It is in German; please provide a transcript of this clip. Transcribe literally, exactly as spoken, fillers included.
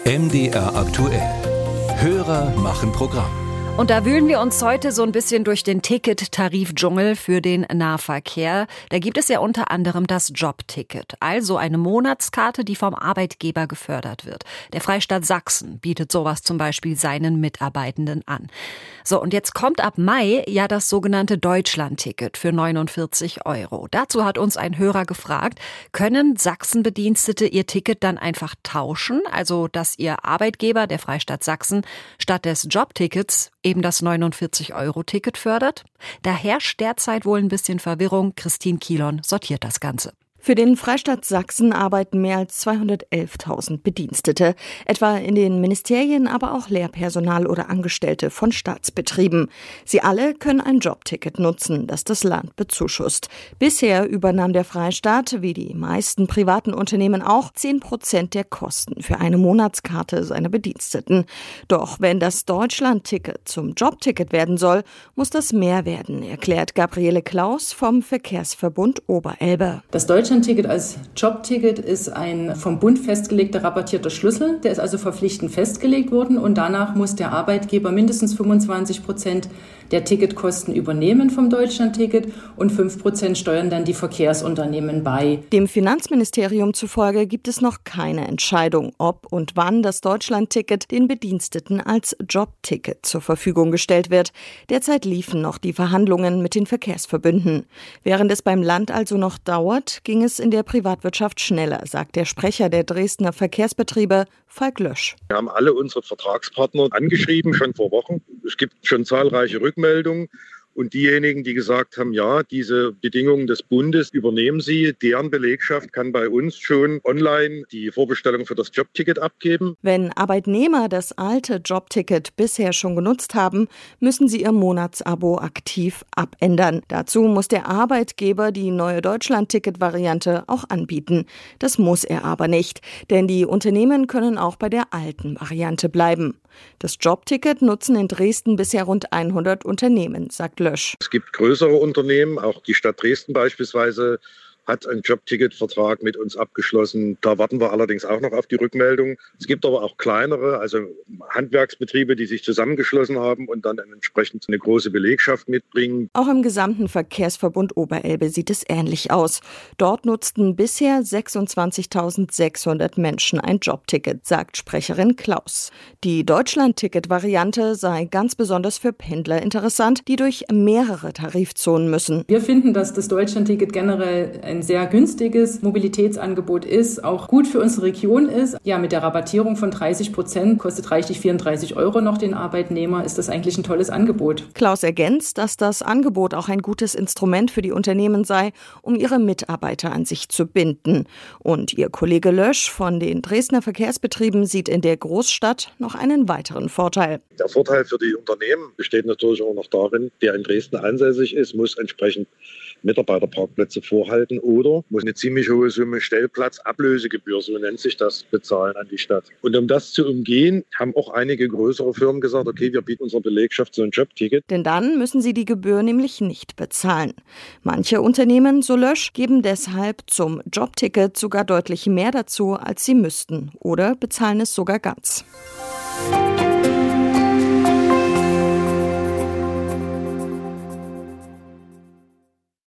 M D R aktuell. Hörer machen Programm. Und da wühlen wir uns heute so ein bisschen durch den Ticket-Tarif-Dschungel für den Nahverkehr. Da gibt es ja unter anderem das Jobticket, also eine Monatskarte, die vom Arbeitgeber gefördert wird. Der Freistaat Sachsen bietet sowas zum Beispiel seinen Mitarbeitenden an. So, und jetzt kommt ab Mai ja das sogenannte Deutschland-Ticket für neunundvierzig Euro. Dazu hat uns ein Hörer gefragt, können Sachsenbedienstete ihr Ticket dann einfach tauschen? Also, dass ihr Arbeitgeber, der Freistaat Sachsen, statt des Jobtickets eben das neunundvierzig Euro Ticket fördert? Da herrscht derzeit wohl ein bisschen Verwirrung. Christine Kielon sortiert das Ganze. Für den Freistaat Sachsen arbeiten mehr als zweihundertelftausend Bedienstete, etwa in den Ministerien, aber auch Lehrpersonal oder Angestellte von Staatsbetrieben. Sie alle können ein Jobticket nutzen, das das Land bezuschusst. Bisher übernahm der Freistaat, wie die meisten privaten Unternehmen auch, zehn Prozent der Kosten für eine Monatskarte seiner Bediensteten. Doch wenn das Deutschland-Ticket zum Jobticket werden soll, muss das mehr werden, erklärt Gabriele Klaus vom Verkehrsverbund Oberelbe. Das Deutschland Ticket als Jobticket ist ein vom Bund festgelegter rabattierter Schlüssel. Der ist also verpflichtend festgelegt worden und danach muss der Arbeitgeber mindestens fünfundzwanzig Prozent der Ticketkosten übernehmen vom Deutschland-Ticket und fünf Prozent steuern dann die Verkehrsunternehmen bei. Dem Finanzministerium zufolge gibt es noch keine Entscheidung, ob und wann das Deutschland-Ticket den Bediensteten als Jobticket zur Verfügung gestellt wird. Derzeit liefen noch die Verhandlungen mit den Verkehrsverbünden. Während es beim Land also noch dauert, ging es in der Privatwirtschaft schneller, sagt der Sprecher der Dresdner Verkehrsbetriebe, Falk Lösch. Wir haben alle unsere Vertragspartner angeschrieben, schon vor Wochen. Es gibt schon zahlreiche Rückmeldungen. Und diejenigen, die gesagt haben, ja, diese Bedingungen des Bundes übernehmen sie, deren Belegschaft kann bei uns schon online die Vorbestellung für das Jobticket abgeben. Wenn Arbeitnehmer das alte Jobticket bisher schon genutzt haben, müssen sie ihr Monatsabo aktiv abändern. Dazu muss der Arbeitgeber die neue Deutschland-Ticket-Variante auch anbieten. Das muss er aber nicht, denn die Unternehmen können auch bei der alten Variante bleiben. Das Jobticket nutzen in Dresden bisher rund hundert Unternehmen, sagt Lösch. Es gibt größere Unternehmen, auch die Stadt Dresden beispielsweise hat einen Jobticket-Vertrag mit uns abgeschlossen. Da warten wir allerdings auch noch auf die Rückmeldung. Es gibt aber auch kleinere, also Handwerksbetriebe, die sich zusammengeschlossen haben und dann entsprechend eine große Belegschaft mitbringen. Auch im gesamten Verkehrsverbund Oberelbe sieht es ähnlich aus. Dort nutzten bisher sechsundzwanzigtausendsechshundert Menschen ein Jobticket, sagt Sprecherin Klaus. Die Deutschland-Ticket-Variante sei ganz besonders für Pendler interessant, die durch mehrere Tarifzonen müssen. Wir finden, dass das Deutschland-Ticket generell ein sehr günstiges Mobilitätsangebot ist, auch gut für unsere Region ist. Ja, mit der Rabattierung von dreißig Prozent kostet reichlich vierunddreißig Euro noch den Arbeitnehmer, ist das eigentlich ein tolles Angebot. Klaus ergänzt, dass das Angebot auch ein gutes Instrument für die Unternehmen sei, um ihre Mitarbeiter an sich zu binden. Und ihr Kollege Lösch von den Dresdner Verkehrsbetrieben sieht in der Großstadt noch einen weiteren Vorteil. Der Vorteil für die Unternehmen besteht natürlich auch noch darin, wer in Dresden ansässig ist, muss entsprechend Mitarbeiterparkplätze vorhalten oder muss eine ziemlich hohe Summe Stellplatzablösegebühr, so nennt sich das, bezahlen an die Stadt. Und um das zu umgehen, haben auch einige größere Firmen gesagt, okay, wir bieten unserer Belegschaft so ein Jobticket. Denn dann müssen sie die Gebühr nämlich nicht bezahlen. Manche Unternehmen, so Lösch, geben deshalb zum Jobticket sogar deutlich mehr dazu, als sie müssten oder bezahlen es sogar ganz.